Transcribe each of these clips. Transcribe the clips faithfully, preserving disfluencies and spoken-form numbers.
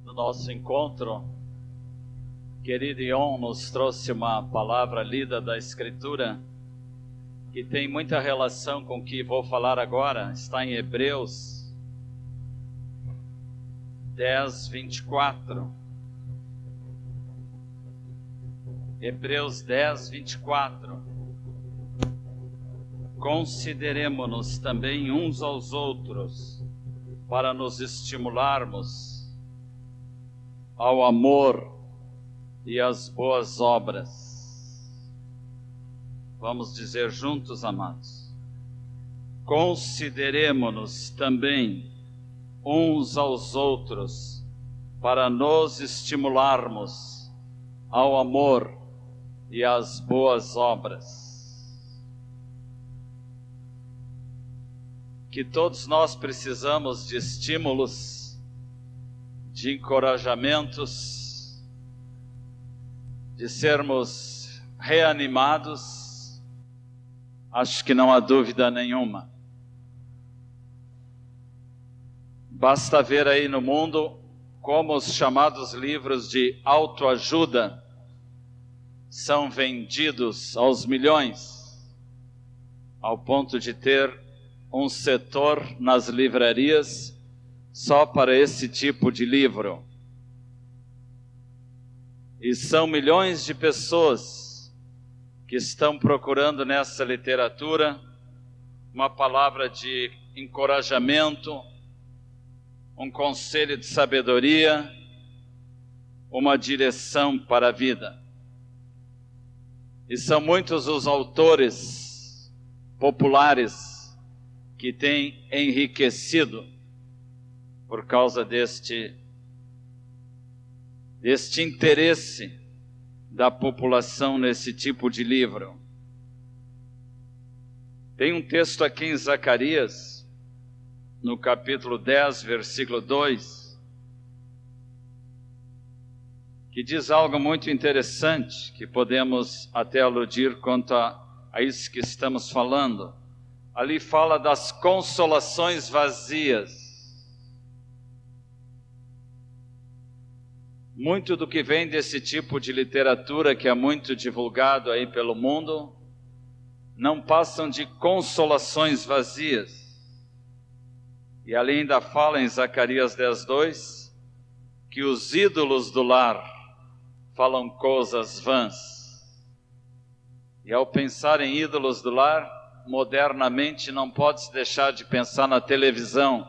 no nosso encontro, querido Ion nos trouxe uma palavra lida da Escritura que tem muita relação com o que vou falar agora. Está em Hebreus dez, vinte e quatro. Hebreus dez, vinte e quatro. Consideremo-nos também uns aos outros para nos estimularmos ao amor e às boas obras. Vamos dizer juntos, amados. Consideremo-nos também uns aos outros para nos estimularmos ao amor e às boas obras. Que todos nós precisamos de estímulos, de encorajamentos, de sermos reanimados, acho que não há dúvida nenhuma. Basta ver aí no mundo como os chamados livros de autoajuda são vendidos aos milhões, ao ponto de ter um setor nas livrarias só para esse tipo de livro. E são milhões de pessoas que estão procurando nessa literatura uma palavra de encorajamento, um conselho de sabedoria, uma direção para a vida. E são muitos os autores populares que têm enriquecido por causa deste, deste interesse da população nesse tipo de livro. Tem um texto aqui em Zacarias, no capítulo dez, versículo dois, que diz algo muito interessante, que podemos até aludir quanto a, a isso que estamos falando. Ali fala das consolações vazias. Muito do que vem desse tipo de literatura, que é muito divulgado aí pelo mundo, não passam de consolações vazias. E ali ainda fala em Zacarias dez, dois, que os ídolos do lar falam coisas vãs. E ao pensar em ídolos do lar, modernamente não pode-se deixar de pensar na televisão,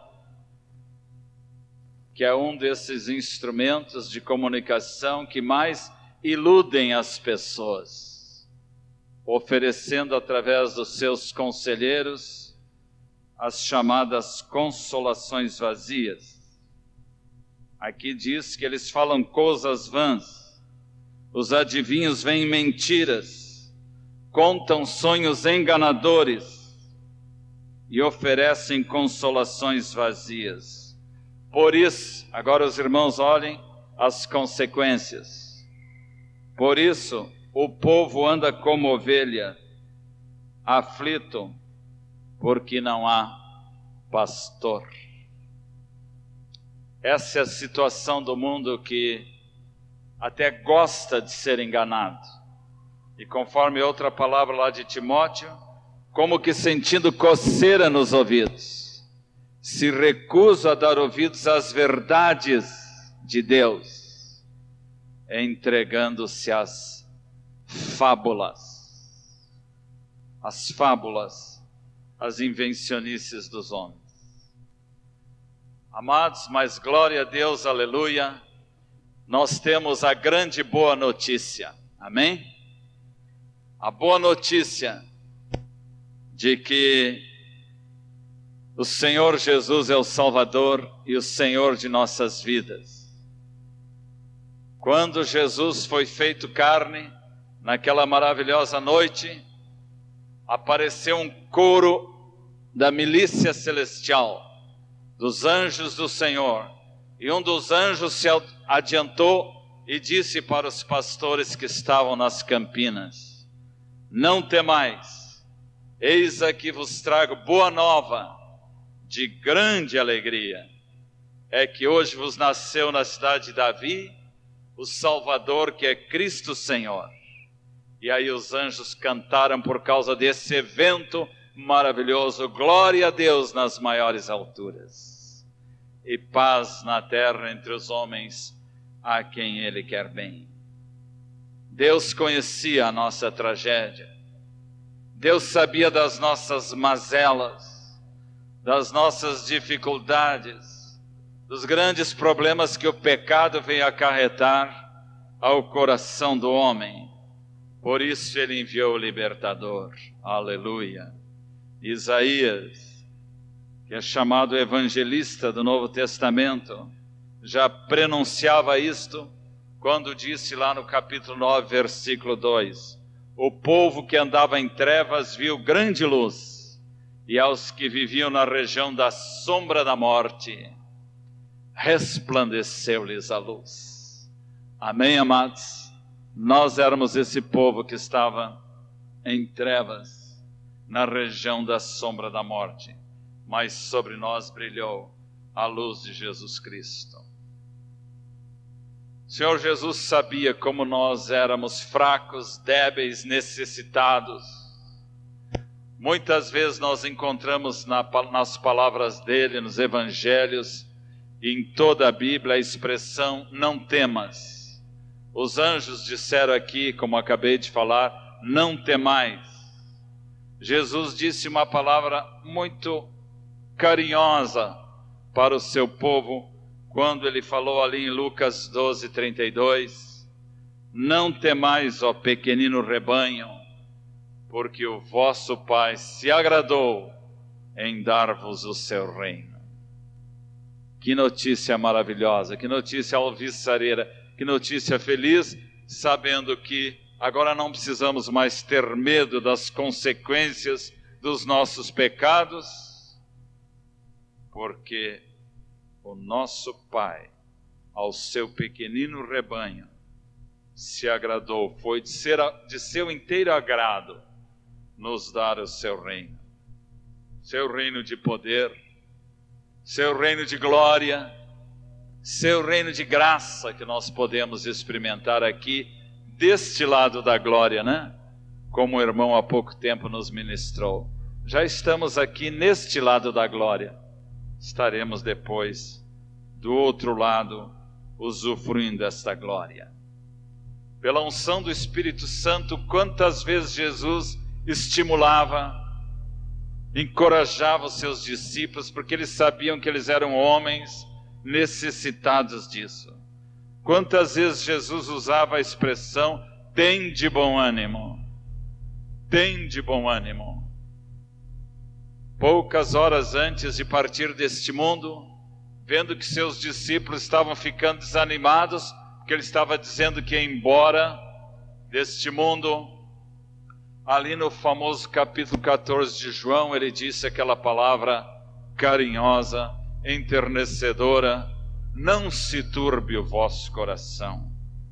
que é um desses instrumentos de comunicação que mais iludem as pessoas, oferecendo através dos seus conselheiros as chamadas consolações vazias. Aqui diz que eles falam coisas vãs, os adivinhos veem mentiras, contam sonhos enganadores e oferecem consolações vazias. Por isso, agora os irmãos olhem as consequências. Por isso, o povo anda como ovelha, aflito, porque não há pastor. Essa é a situação do mundo que até gosta de ser enganado. E conforme outra palavra lá de Timóteo, como que sentindo coceira nos ouvidos, se recusa a dar ouvidos às verdades de Deus, entregando-se às fábulas, às fábulas, às invencionices dos homens. Amados, mas glória a Deus, aleluia, nós temos a grande boa notícia, amém? A boa notícia de que o Senhor Jesus é o Salvador e o Senhor de nossas vidas. Quando Jesus foi feito carne, naquela maravilhosa noite, apareceu um coro da milícia celestial, dos anjos do Senhor, e um dos anjos se adiantou e disse para os pastores que estavam nas campinas: não temais, eis aqui vos trago boa nova de grande alegria, é que hoje vos nasceu na cidade de Davi o Salvador, que é Cristo Senhor. E aí os anjos cantaram por causa desse evento maravilhoso: glória a Deus nas maiores alturas, e paz na terra entre os homens a quem Ele quer bem. Deus conhecia a nossa tragédia, Deus sabia das nossas mazelas, das nossas dificuldades, dos grandes problemas que o pecado veio acarretar ao coração do homem. Por isso Ele enviou o libertador. Aleluia. Isaías, que é chamado evangelista do Novo Testamento, já prenunciava isto quando disse lá no capítulo nove, versículo dois: o povo que andava em trevas viu grande luz, e aos que viviam na região da sombra da morte resplandeceu-lhes a luz. Amém, amados? Nós éramos esse povo que estava em trevas, na região da sombra da morte, mas sobre nós brilhou a luz de Jesus Cristo. O Senhor Jesus sabia como nós éramos fracos, débeis, necessitados. Muitas vezes nós encontramos na, nas palavras dele, nos evangelhos, e em toda a Bíblia, a expressão não temas. Os anjos disseram aqui, como acabei de falar, não temais. Jesus disse uma palavra muito carinhosa para o seu povo, quando ele falou ali em Lucas doze, trinta e dois, não temais, ó pequenino rebanho, porque o vosso Pai se agradou em dar-vos o seu reino. Que notícia maravilhosa, que notícia alvissareira, que notícia feliz, sabendo que agora não precisamos mais ter medo das consequências dos nossos pecados, porque o nosso Pai, ao seu pequenino rebanho, se agradou, foi de, ser, de seu inteiro agrado nos dar o seu reino. Seu reino de poder, seu reino de glória, seu reino de graça que nós podemos experimentar aqui, deste lado da glória, né? Como o irmão há pouco tempo nos ministrou. Já estamos aqui neste lado da glória. Estaremos depois do outro lado, usufruindo desta glória. Pela unção do Espírito Santo, quantas vezes Jesus estimulava, encorajava os seus discípulos, porque eles sabiam que eles eram homens necessitados disso. Quantas vezes Jesus usava a expressão, tem de bom ânimo, tem de bom ânimo. Poucas horas antes de partir deste mundo, vendo que seus discípulos estavam ficando desanimados, porque ele estava dizendo que ia embora deste mundo, ali no famoso capítulo catorze de João, ele disse aquela palavra carinhosa, enternecedora: não se turbe o vosso coração.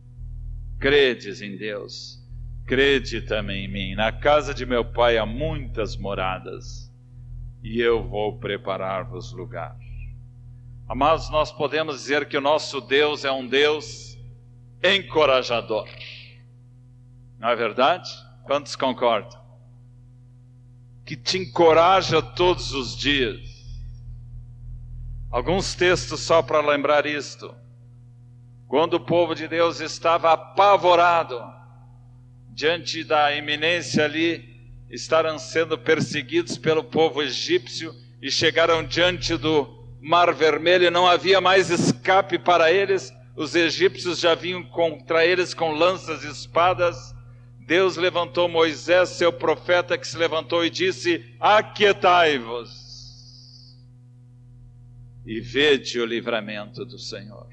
Credes em Deus, crede também em mim. Na casa de meu Pai há muitas moradas, e eu vou preparar-vos lugar. Amados, nós podemos dizer que o nosso Deus é um Deus encorajador. Não é verdade? Quantos concordam? Que te encoraja todos os dias. Alguns textos só para lembrar isto. Quando o povo de Deus estava apavorado diante da iminência ali, estavam sendo perseguidos pelo povo egípcio e chegaram diante do Mar Vermelho e não havia mais escape para eles, os egípcios já vinham contra eles com lanças e espadas. Deus levantou Moisés, seu profeta, que se levantou e disse: aquietai-vos e vede o livramento do Senhor.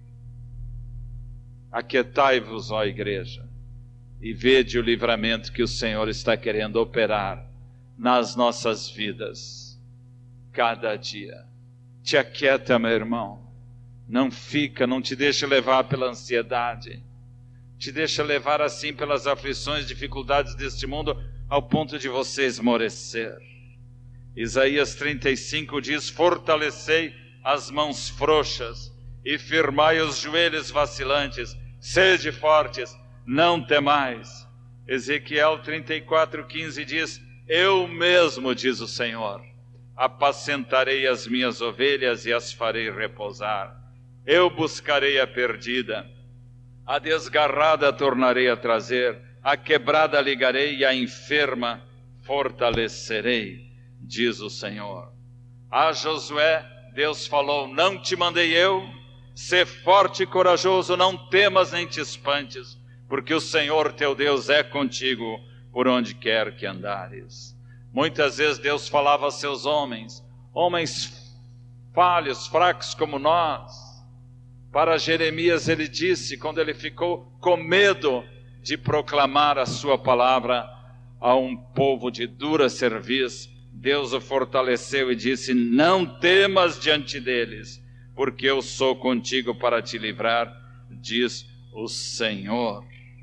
Aquietai-vos, ó igreja, e vede o livramento que o Senhor está querendo operar nas nossas vidas, cada dia. Te aquieta, meu irmão, não fica, não te deixa levar pela ansiedade, te deixa levar assim pelas aflições, dificuldades deste mundo, ao ponto de você esmorecer. Isaías trinta e cinco diz: fortalecei as mãos frouxas e firmai os joelhos vacilantes. Sede fortes, não temais. Ezequiel trinta e quatro, quinze diz: eu mesmo, diz o Senhor, apacentarei as minhas ovelhas e as farei repousar. Eu buscarei a perdida, a desgarrada tornarei a trazer, a quebrada ligarei e a enferma fortalecerei, diz o Senhor. A Josué, Deus falou: não te mandei eu? Sê forte e corajoso, não temas nem te espantes, porque o Senhor teu Deus é contigo por onde quer que andares. Muitas vezes Deus falava a seus homens, homens falhos, fracos como nós. Para Jeremias ele disse, quando ele ficou com medo de proclamar a sua palavra a um povo de dura cerviz, Deus o fortaleceu e disse: não temas diante deles, porque eu sou contigo para te livrar, diz o Senhor.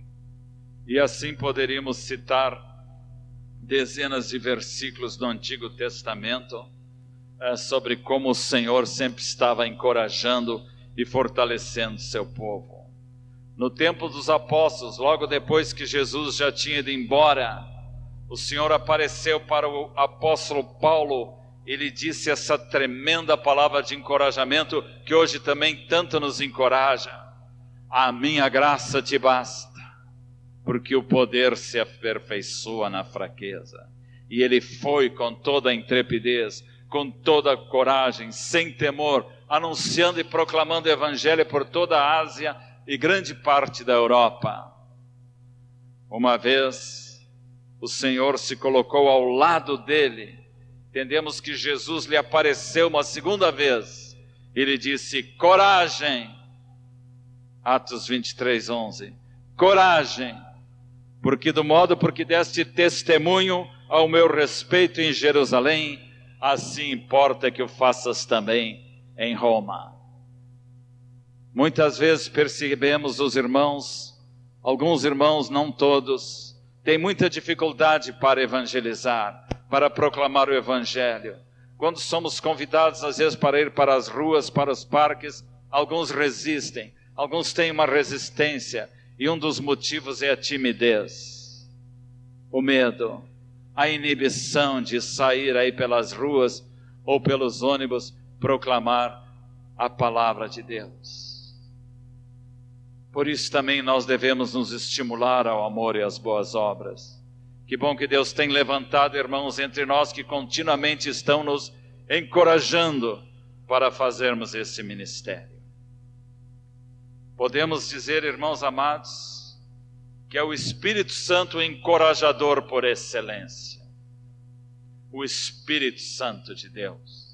E assim poderíamos citar dezenas de versículos do Antigo Testamento é, sobre como o Senhor sempre estava encorajando e fortalecendo seu povo. No tempo dos apóstolos, logo depois que Jesus já tinha ido embora, o Senhor apareceu para o apóstolo Paulo e lhe disse essa tremenda palavra de encorajamento que hoje também tanto nos encoraja: a minha graça te basta, porque o poder se aperfeiçoa na fraqueza. E ele foi com toda a intrepidez, com toda a coragem, sem temor, anunciando e proclamando o evangelho por toda a Ásia e grande parte da Europa. Uma vez o Senhor se colocou ao lado dele, entendemos que Jesus lhe apareceu uma segunda vez, e lhe disse: coragem, Atos vinte e três, onze, coragem, porque do modo por que deste testemunho ao meu respeito em Jerusalém, assim importa que o faças também em Roma. Muitas vezes percebemos os irmãos, alguns irmãos, não todos, têm muita dificuldade para evangelizar, para proclamar o evangelho. Quando somos convidados às vezes para ir para as ruas, para os parques, alguns resistem, alguns têm uma resistência, e um dos motivos é a timidez, o medo, a inibição de sair aí pelas ruas ou pelos ônibus proclamar a palavra de Deus. Por isso também nós devemos nos estimular ao amor e às boas obras. Que bom que Deus tem levantado irmãos entre nós que continuamente estão nos encorajando para fazermos esse ministério. Podemos dizer, irmãos amados, que é o Espírito Santo encorajador por excelência. O Espírito Santo de Deus.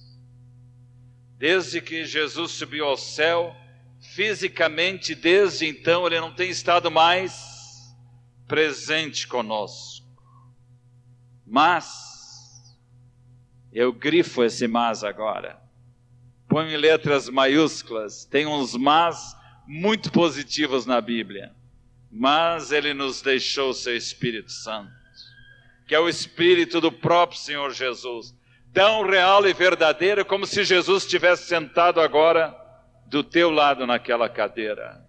Desde que Jesus subiu ao céu, fisicamente, desde então, ele não tem estado mais presente conosco. Mas, eu grifo esse mas agora, ponho em letras maiúsculas, tem uns mas muito positivos na Bíblia, mas ele nos deixou o seu Espírito Santo, que é o Espírito do próprio Senhor Jesus, tão real e verdadeiro como se Jesus estivesse sentado agora do teu lado naquela cadeira.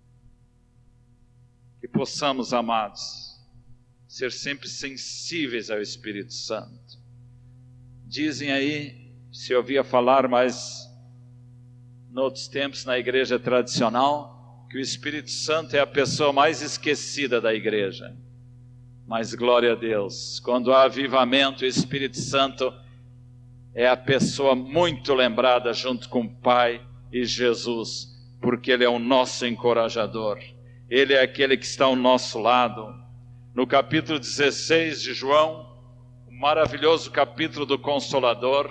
Que possamos, amados, ser sempre sensíveis ao Espírito Santo. Dizem aí, se ouvia falar, mas noutros tempos na igreja tradicional, que o Espírito Santo é a pessoa mais esquecida da igreja. Mas glória a Deus, quando há avivamento, o Espírito Santo é a pessoa muito lembrada junto com o Pai e Jesus, porque Ele é o nosso encorajador, Ele é aquele que está ao nosso lado. No capítulo dezesseis de João, o maravilhoso capítulo do Consolador,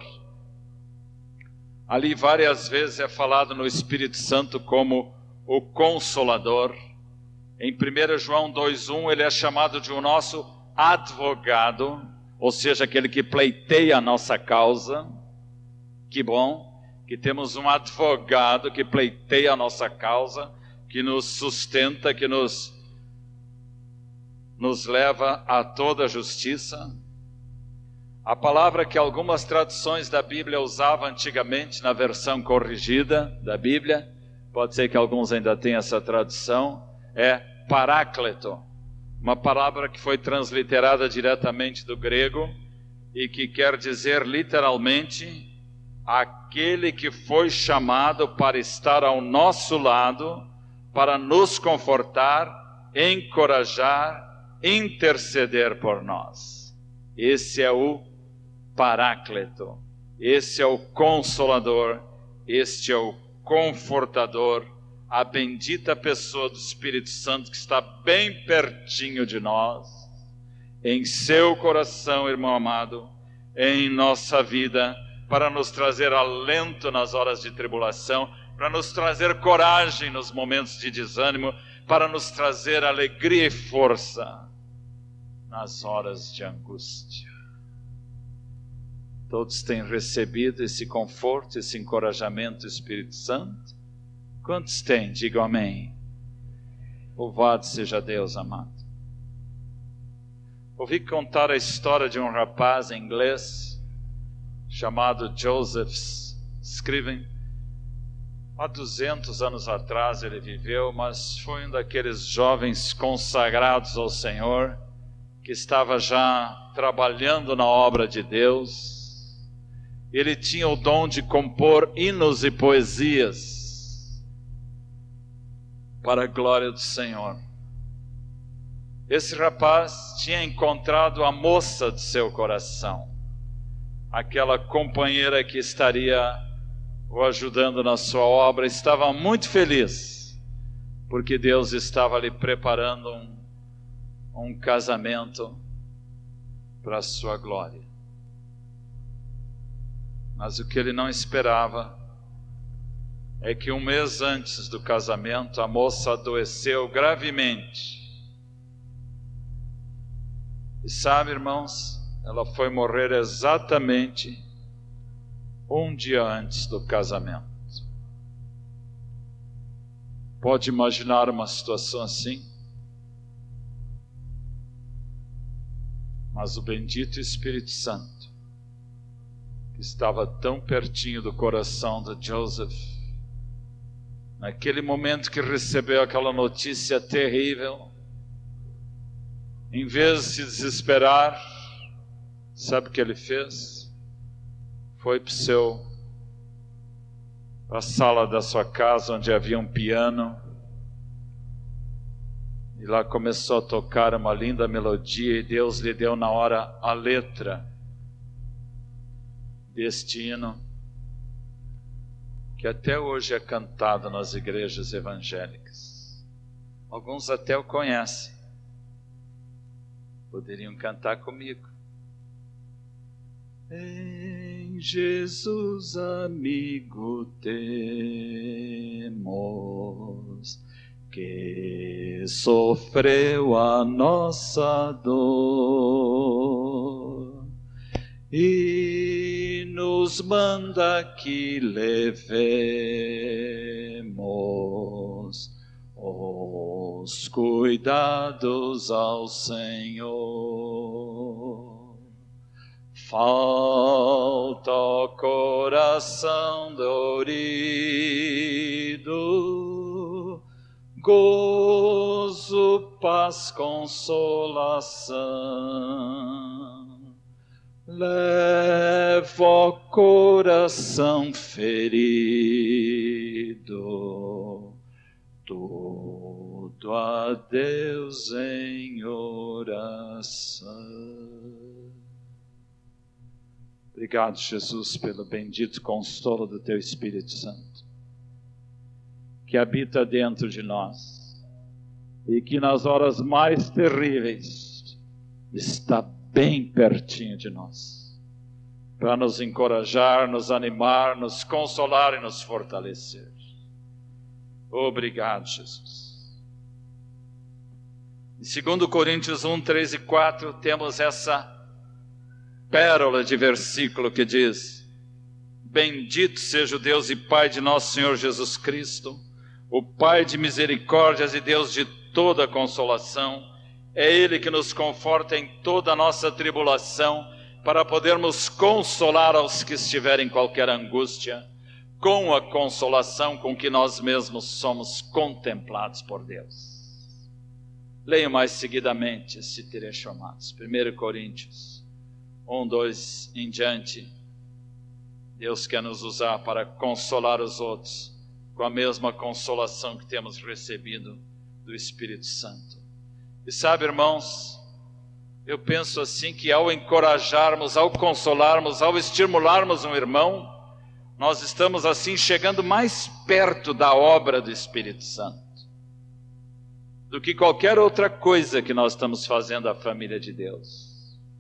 ali várias vezes é falado no Espírito Santo como o Consolador. Em primeiro João dois, um, ele é chamado de o nosso advogado, ou seja, aquele que pleiteia a nossa causa. Que bom que temos um advogado que pleiteia a nossa causa, que nos sustenta, que nos, nos leva a toda a justiça. A palavra que algumas traduções da Bíblia usavam antigamente na versão corrigida da Bíblia, pode ser que alguns ainda tenham essa tradução, é paráclito, uma palavra que foi transliterada diretamente do grego e que quer dizer literalmente aquele que foi chamado para estar ao nosso lado, para nos confortar, encorajar, interceder por nós. Esse é o Paráclito, esse é o Consolador, este é o Confortador, a bendita pessoa do Espírito Santo que está bem pertinho de nós, em seu coração, irmão amado, em nossa vida, para nos trazer alento nas horas de tribulação, para nos trazer coragem nos momentos de desânimo, para nos trazer alegria e força nas horas de angústia. Todos têm recebido esse conforto, esse encorajamento do Espírito Santo? Quantos têm? Digam amém. Louvado seja Deus, amado. Ouvi contar a história de um rapaz inglês chamado Joseph Scriven. Há duzentos anos atrás ele viveu, mas foi um daqueles jovens consagrados ao Senhor, que estava já trabalhando na obra de Deus. Ele tinha o dom de compor hinos e poesias para a glória do Senhor. Esse rapaz tinha encontrado a moça de seu coração, aquela companheira que estaria o ajudando na sua obra. Estava muito feliz, porque Deus estava lhe preparando um, um casamento para a sua glória. Mas o que ele não esperava é que um mês antes do casamento a moça adoeceu gravemente. E sabe, irmãos, ela foi morrer exatamente um dia antes do casamento. Pode imaginar uma situação assim? Mas o bendito Espírito Santo, que estava tão pertinho do coração de Joseph, naquele momento que recebeu aquela notícia terrível, em vez de se desesperar, sabe o que ele fez? Foi para seu, para a sala da sua casa, onde havia um piano, e lá começou a tocar uma linda melodia, e Deus lhe deu na hora a letra deste hino, que até hoje é cantado nas igrejas evangélicas. Alguns até o conhecem. Poderiam cantar comigo. Em Jesus, amigo, temos, que sofreu a nossa dor e nos manda que levemos os cuidados ao Senhor. Falta o coração dorido, gozo, paz, consolação. Leva o coração ferido, tudo a Deus em oração. Obrigado, Jesus, pelo bendito consolo do Teu Espírito Santo, que habita dentro de nós e que nas horas mais terríveis está bem pertinho de nós, para nos encorajar, nos animar, nos consolar e nos fortalecer. Obrigado, Jesus. Em segundo Coríntios um, três e quatro, temos essa pérola de versículo que diz: bendito seja o Deus e Pai de nosso Senhor Jesus Cristo, o Pai de misericórdias e Deus de toda consolação. É Ele que nos conforta em toda a nossa tribulação, para podermos consolar aos que estiverem em qualquer angústia, com a consolação com que nós mesmos somos contemplados por Deus. Leio mais seguidamente esse trecho, amados. primeira Coríntios um, dois em diante. Deus quer nos usar para consolar os outros com a mesma consolação que temos recebido do Espírito Santo. E sabe, irmãos, eu penso assim que ao encorajarmos, ao consolarmos, ao estimularmos um irmão, nós estamos assim chegando mais perto da obra do Espírito Santo do que qualquer outra coisa que nós estamos fazendo à família de Deus.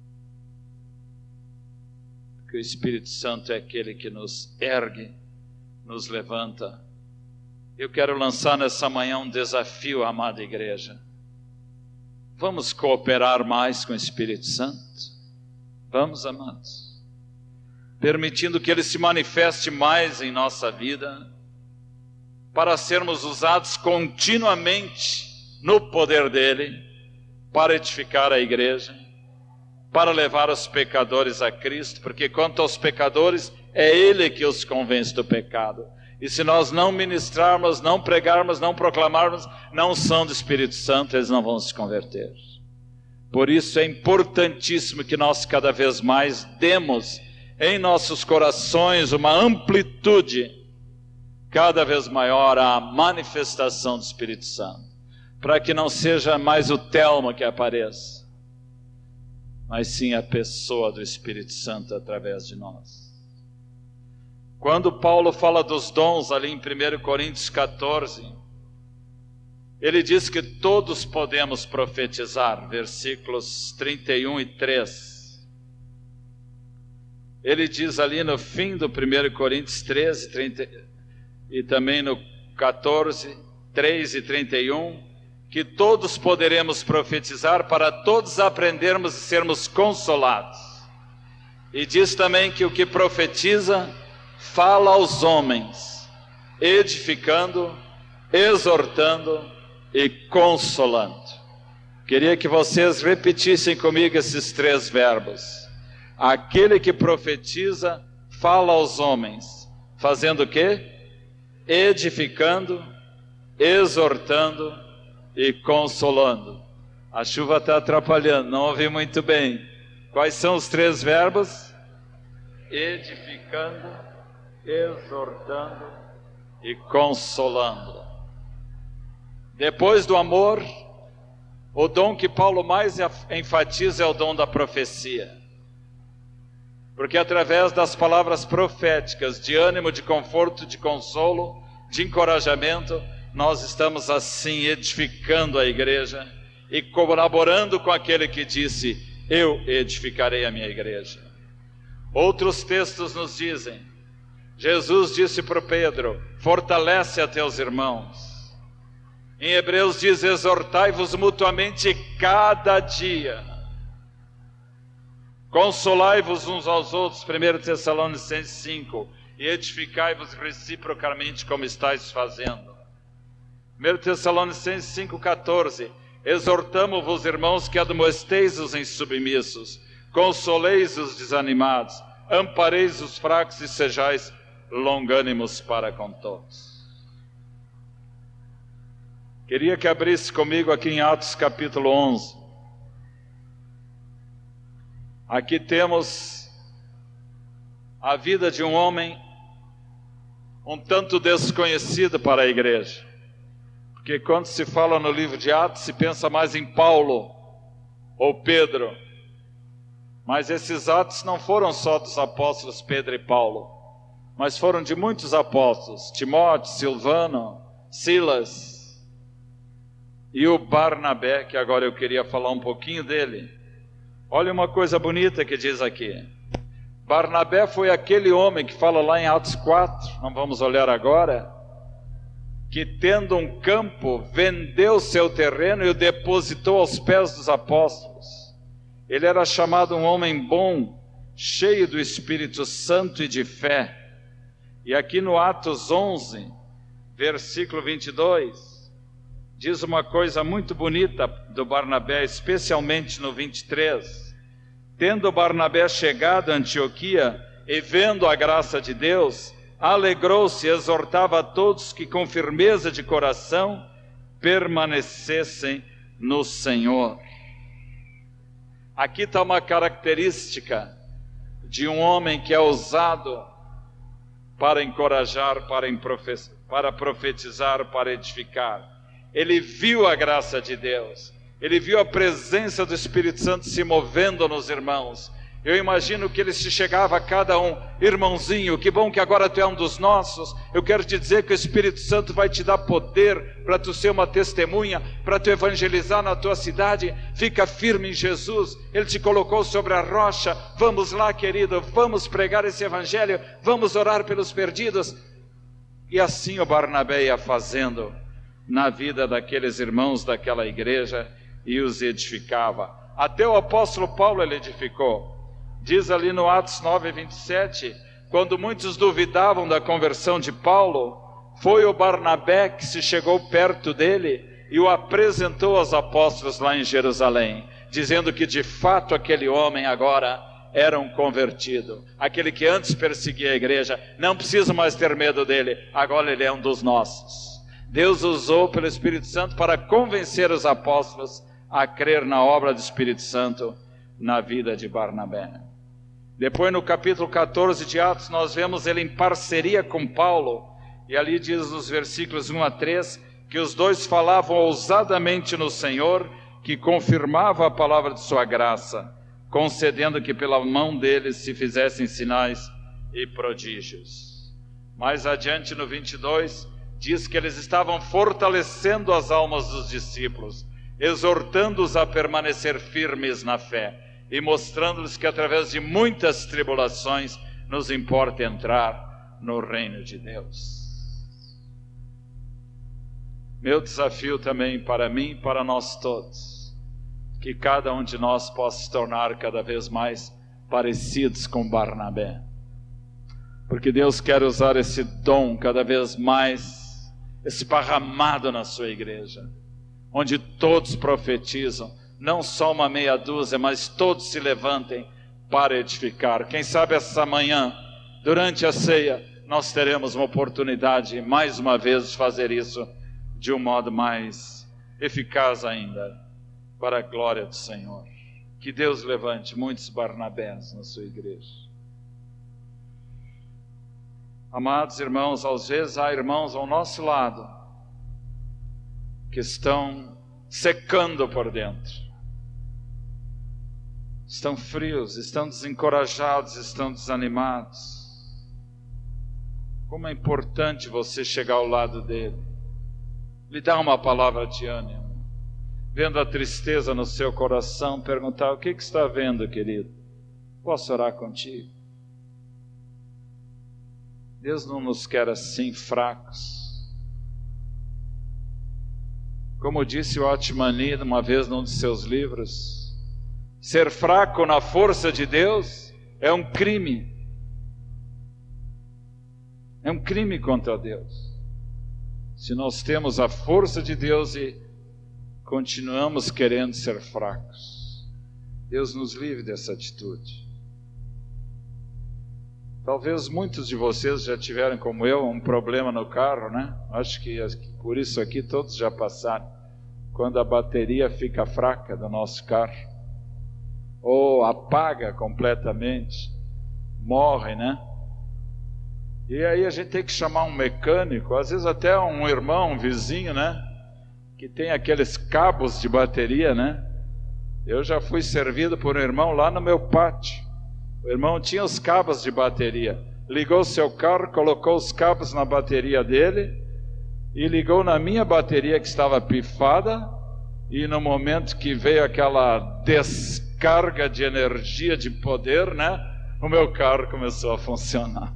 Porque o Espírito Santo é aquele que nos ergue, nos levanta. Eu quero lançar nessa manhã um desafio, amada igreja. Vamos cooperar mais com o Espírito Santo? Vamos, amados. Permitindo que Ele se manifeste mais em nossa vida, para sermos usados continuamente no poder dEle, para edificar a igreja, para levar os pecadores a Cristo, porque quanto aos pecadores, é Ele que os convence do pecado. E se nós não ministrarmos, não pregarmos, não proclamarmos, não são do Espírito Santo, eles não vão se converter. Por isso é importantíssimo que nós cada vez mais demos em nossos corações uma amplitude cada vez maior à manifestação do Espírito Santo, para que não seja mais o Telmo que apareça, mas sim a pessoa do Espírito Santo através de nós. Quando Paulo fala dos dons ali em primeira Coríntios catorze, ele diz que todos podemos profetizar, versículos trinta e um e três. Ele diz ali no fim do primeira Coríntios treze, trinta, e também no catorze, três e trinta e um, que todos poderemos profetizar para todos aprendermos e sermos consolados. E diz também que o que profetiza fala aos homens, edificando, exortando e consolando. Queria que vocês repetissem comigo esses três verbos. Aquele que profetiza fala aos homens, fazendo o quê? Edificando, exortando e consolando. A chuva está atrapalhando, não ouvi muito bem. Quais são os três verbos? Edificando, exortando e consolando. Depois do amor, o dom que Paulo mais enfatiza é o dom da profecia. Porque através das palavras proféticas, de ânimo, de conforto, de consolo, de encorajamento, nós estamos assim edificando a igreja e colaborando com aquele que disse: eu edificarei a minha igreja. Outros textos nos dizem, Jesus disse para Pedro: fortalece a teus irmãos. Em Hebreus diz: exortai-vos mutuamente cada dia, consolai-vos uns aos outros, primeira Tessalonicenses cinco, e edificai-vos reciprocamente como estáis fazendo. primeira Tessalonicenses cinco, catorze, exortamo-vos, irmãos, que admoesteis os insubmissos, consoleis os desanimados, ampareis os fracos e sejais longânimos para com todos. Queria que abrisse comigo aqui em Atos capítulo onze. Aqui temos a vida de um homem um tanto desconhecido para a igreja. Porque quando se fala no livro de Atos, se pensa mais em Paulo ou Pedro. Mas esses atos não foram só dos apóstolos Pedro e Paulo, mas foram de muitos apóstolos: Timóteo, Silvano, Silas e o Barnabé, que agora eu queria falar um pouquinho dele. Olha uma coisa bonita que diz aqui. Barnabé foi aquele homem que fala lá em Atos quatro, não vamos olhar agora, que tendo um campo, vendeu seu terreno e o depositou aos pés dos apóstolos. Ele era chamado um homem bom, cheio do Espírito Santo e de fé. E aqui no Atos onze, versículo vinte e dois, diz uma coisa muito bonita do Barnabé, especialmente no vinte e três. Tendo Barnabé chegado a Antioquia e vendo a graça de Deus, alegrou-se e exortava a todos que com firmeza de coração permanecessem no Senhor. Aqui está uma característica de um homem que é ousado para encorajar, para, para profetizar, para edificar. Ele viu a graça de Deus, ele viu a presença do Espírito Santo se movendo nos irmãos. Eu imagino que ele se chegava a cada um: irmãozinho, que bom que agora tu é um dos nossos. Eu quero te dizer que o Espírito Santo vai te dar poder para tu ser uma testemunha, para tu evangelizar na tua cidade. Fica firme em Jesus, Ele te colocou sobre a rocha. Vamos lá, querido, vamos pregar esse evangelho, vamos orar pelos perdidos. E assim o Barnabé ia fazendo na vida daqueles irmãos daquela igreja e os edificava. Até o apóstolo Paulo ele edificou. Diz ali no Atos nove, vinte e sete, quando muitos duvidavam da conversão de Paulo, foi o Barnabé que se chegou perto dele e o apresentou aos apóstolos lá em Jerusalém, dizendo que de fato aquele homem agora era um convertido. Aquele que antes perseguia a igreja, não precisa mais ter medo dele, agora ele é um dos nossos. Deus usou pelo Espírito Santo para convencer os apóstolos a crer na obra do Espírito Santo na vida de Barnabé. Depois no capítulo quatorze de Atos nós vemos ele em parceria com Paulo, e ali diz nos versículos um a três, que os dois falavam ousadamente no Senhor, que confirmava a palavra de sua graça, concedendo que pela mão deles se fizessem sinais e prodígios. Mais adiante no vinte e dois, diz que eles estavam fortalecendo as almas dos discípulos, exortando-os a permanecer firmes na fé, e mostrando-lhes que através de muitas tribulações nos importa entrar no reino de Deus. Meu desafio também para mim e para nós todos, que cada um de nós possa se tornar cada vez mais parecidos com Barnabé, porque Deus quer usar esse dom cada vez mais esparramado na sua igreja, onde todos profetizam, não só uma meia dúzia, mas todos se levantem para edificar. Quem sabe essa manhã, durante a ceia, nós teremos uma oportunidade, mais uma vez, de fazer isso de um modo mais eficaz ainda, para a glória do Senhor. Que Deus levante muitos Barnabés na sua igreja. Amados irmãos, às vezes há irmãos ao nosso lado que estão secando por dentro, estão frios, estão desencorajados, estão desanimados. Como é importante você chegar ao lado dele, lhe dar uma palavra de ânimo, vendo a tristeza no seu coração, perguntar: o que, que está vendo, querido? Posso orar contigo? Deus não nos quer assim, fracos. Como disse o Atmani uma vez num de seus livros, ser fraco na força de Deus é um crime. É um crime contra Deus. Se nós temos a força de Deus e continuamos querendo ser fracos, Deus nos livre dessa atitude. Talvez muitos de vocês já tiveram, como eu, um problema no carro, né? Acho que por isso aqui todos já passaram. Quando a bateria fica fraca do nosso carro, ou apaga completamente, morre, né? E aí a gente tem que chamar um mecânico, às vezes até um irmão, um vizinho, né? Que tem aqueles cabos de bateria, né? Eu já fui servido por um irmão lá no meu pátio. O irmão tinha os cabos de bateria, ligou seu carro, colocou os cabos na bateria dele e ligou na minha bateria que estava pifada, e no momento que veio aquela descarga de energia, de poder, né, o meu carro começou a funcionar.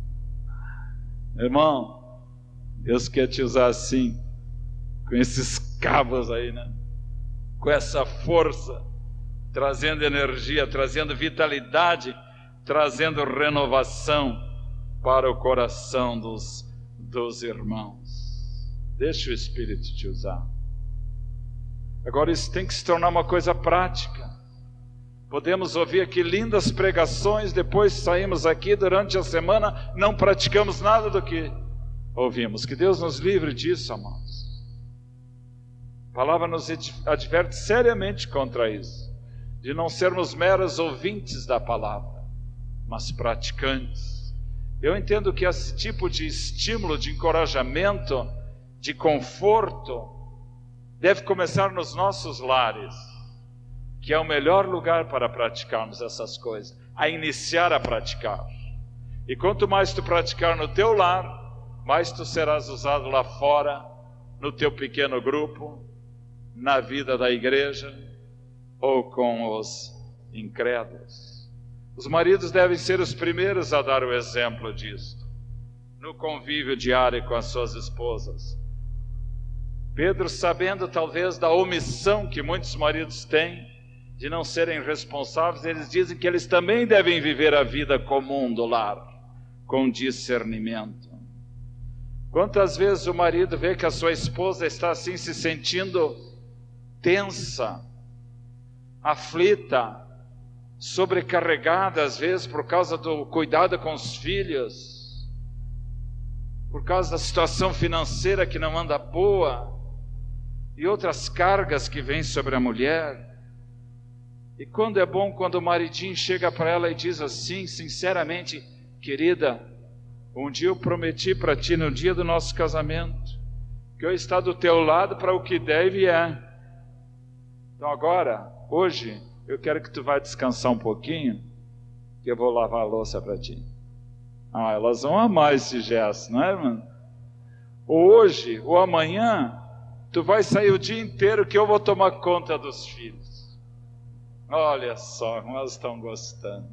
Irmão, Deus quer te usar assim, com esses cabos aí, né, com essa força, trazendo energia, trazendo vitalidade, trazendo renovação para o coração dos, dos irmãos. Deixa o Espírito te usar. Agora isso tem que se tornar uma coisa prática. Podemos ouvir aqui lindas pregações, depois saímos aqui durante a semana, não praticamos nada do que ouvimos. Que Deus nos livre disso, amados. A palavra nos adverte seriamente contra isso, de não sermos meros ouvintes da palavra, mas praticantes. Eu entendo que esse tipo de estímulo, de encorajamento, de conforto, deve começar nos nossos lares, que é o melhor lugar para praticarmos essas coisas, a iniciar a praticar. E quanto mais tu praticar no teu lar, mais tu serás usado lá fora, no teu pequeno grupo, na vida da igreja, ou com os incrédulos. Os maridos devem ser os primeiros a dar o exemplo disto, no convívio diário com as suas esposas. Pedro, sabendo talvez da omissão que muitos maridos têm, de não serem responsáveis, eles dizem que eles também devem viver a vida comum do lar, com discernimento. Quantas vezes o marido vê que a sua esposa está assim se sentindo tensa, aflita, sobrecarregada às vezes por causa do cuidado com os filhos, por causa da situação financeira que não anda boa, e outras cargas que vêm sobre a mulher. E quando é bom quando o maridinho chega para ela e diz assim, sinceramente: querida, um dia eu prometi para ti no dia do nosso casamento, que eu estou do teu lado para o que der e vier. Então agora, hoje, eu quero que tu vá descansar um pouquinho, que eu vou lavar a louça para ti. Ah, elas vão amar esse gesto, não é, irmão? Ou hoje, ou amanhã, tu vai sair o dia inteiro que eu vou tomar conta dos filhos. Olha só, elas estão gostando.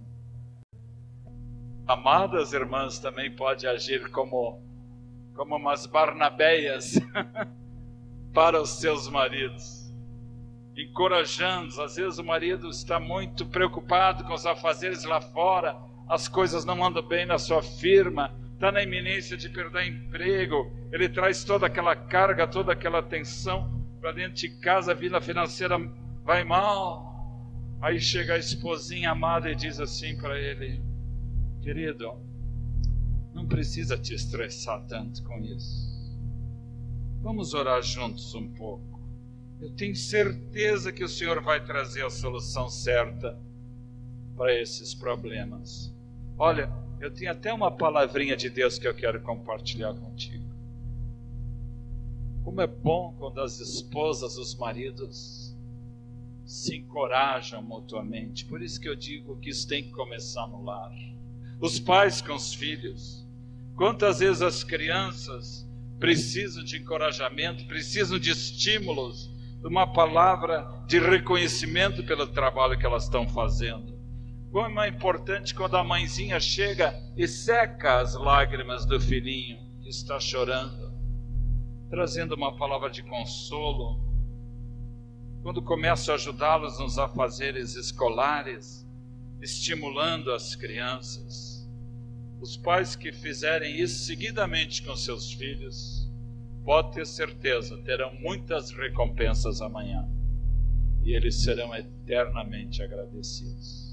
Amadas irmãs também pode agir como, como umas Barnabéias para os seus maridos, encorajando. Às vezes o marido está muito preocupado com os afazeres lá fora, as coisas não andam bem na sua firma, está na iminência de perder emprego, ele traz toda aquela carga, toda aquela tensão para dentro de casa, a vida financeira vai mal. Aí chega a esposinha amada e diz assim para ele: querido, não precisa te estressar tanto com isso, vamos orar juntos um pouco, eu tenho certeza que o Senhor vai trazer a solução certa para esses problemas. Olha, eu tenho até uma palavrinha de Deus que eu quero compartilhar contigo. Como é bom quando as esposas, os maridos se encorajam mutuamente. Por isso que eu digo que isso tem que começar no lar. Os pais com os filhos. Quantas vezes as crianças precisam de encorajamento, precisam de estímulos, de uma palavra de reconhecimento pelo trabalho que elas estão fazendo. Como é importante quando a mãezinha chega e seca as lágrimas do filhinho que está chorando, trazendo uma palavra de consolo. Quando começo a ajudá-los nos afazeres escolares, estimulando as crianças. Os pais que fizerem isso seguidamente com seus filhos, pode ter certeza, terão muitas recompensas amanhã, e eles serão eternamente agradecidos.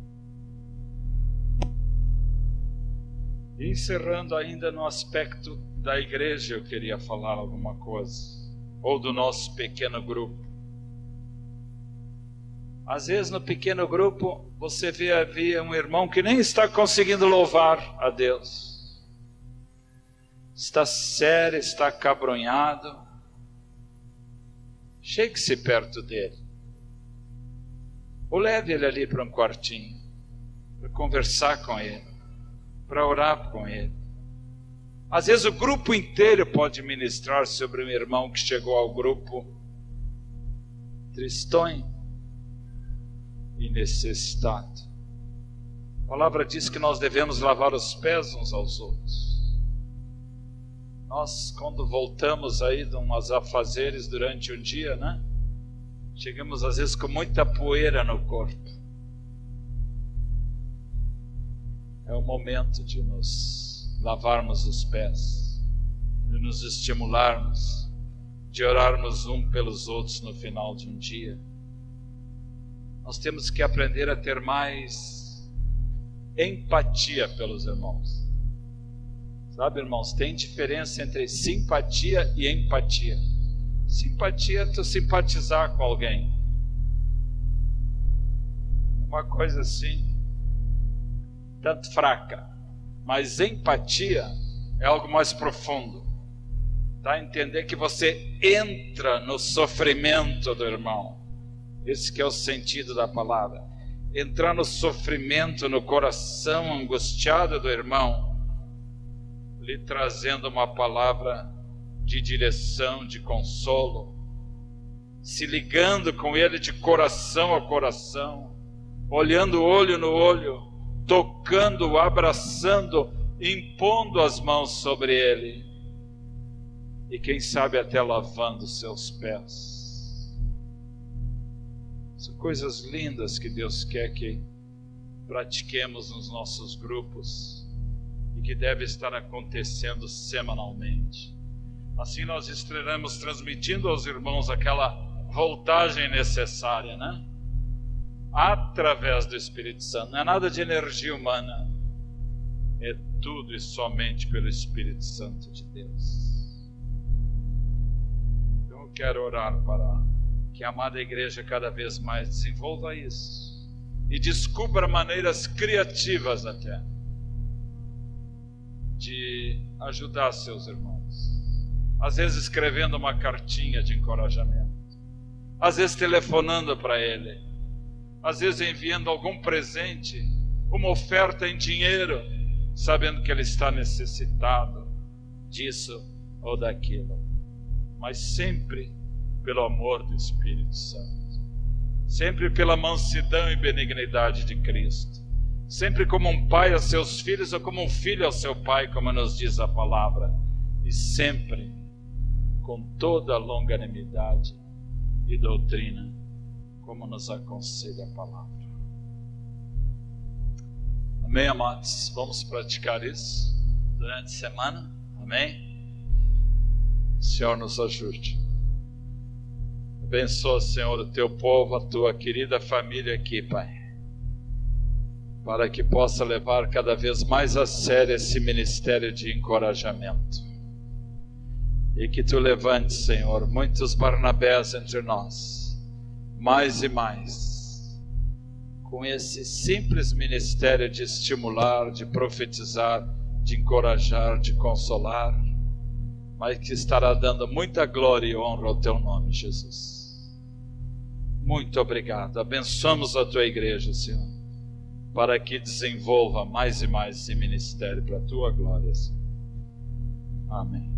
E encerrando ainda no aspecto da igreja, eu queria falar alguma coisa, ou do nosso pequeno grupo. Às vezes no pequeno grupo você vê havia um irmão que nem está conseguindo louvar a Deus. Está sério, está acabrunhado. Chegue-se perto dele. Ou leve ele ali para um quartinho, para conversar com ele, para orar com ele. Às vezes o grupo inteiro pode ministrar sobre um irmão que chegou ao grupo tristonho e necessitado. A palavra diz que nós devemos lavar os pés uns aos outros. Nós, quando voltamos aí de uns afazeres durante o dia, né? Chegamos às vezes com muita poeira no corpo. É o momento de nos lavarmos os pés, de nos estimularmos, de orarmos um pelos outros no final de um dia. Nós temos que aprender a ter mais empatia pelos irmãos. Sabe, irmãos, tem diferença entre simpatia e empatia. Simpatia é tu simpatizar com alguém. É uma coisa assim, tanto fraca. Mas empatia é algo mais profundo. Tá? Entender que você entra no sofrimento do irmão. Esse que é o sentido da palavra. Entrar no sofrimento, no coração angustiado do irmão, lhe trazendo uma palavra de direção, de consolo, se ligando com ele de coração a coração, olhando olho no olho, tocando, abraçando, impondo as mãos sobre ele, e quem sabe até lavando seus pés. São coisas lindas que Deus quer que pratiquemos nos nossos grupos e que deve estar acontecendo semanalmente. Assim nós estaremos transmitindo aos irmãos aquela voltagem necessária, né? Através do Espírito Santo. Não é nada de energia humana, é tudo e somente pelo Espírito Santo de Deus. Então eu quero orar para que a amada igreja cada vez mais desenvolva isso e descubra maneiras criativas até de ajudar seus irmãos. Às vezes escrevendo uma cartinha de encorajamento, às vezes telefonando para ele, às vezes enviando algum presente, uma oferta em dinheiro, sabendo que ele está necessitado disso ou daquilo, mas sempre pelo amor do Espírito Santo, sempre pela mansidão e benignidade de Cristo, sempre como um pai a seus filhos ou como um filho ao seu pai, como nos diz a palavra, e sempre com toda a longanimidade e doutrina, como nos aconselha a palavra. Amém, amados? Vamos praticar isso durante a semana? Amém? O Senhor nos ajude. Abençoa, Senhor, o teu povo, a tua querida família aqui, Pai, para que possa levar cada vez mais a sério esse ministério de encorajamento. E que tu levantes, Senhor, muitos Barnabés entre nós, mais e mais, com esse simples ministério de estimular, de profetizar, de encorajar, de consolar, mas que estará dando muita glória e honra ao teu nome, Jesus. Muito obrigado. Abençoamos a tua igreja, Senhor, para que desenvolva mais e mais esse ministério para a tua glória, Senhor. Amém.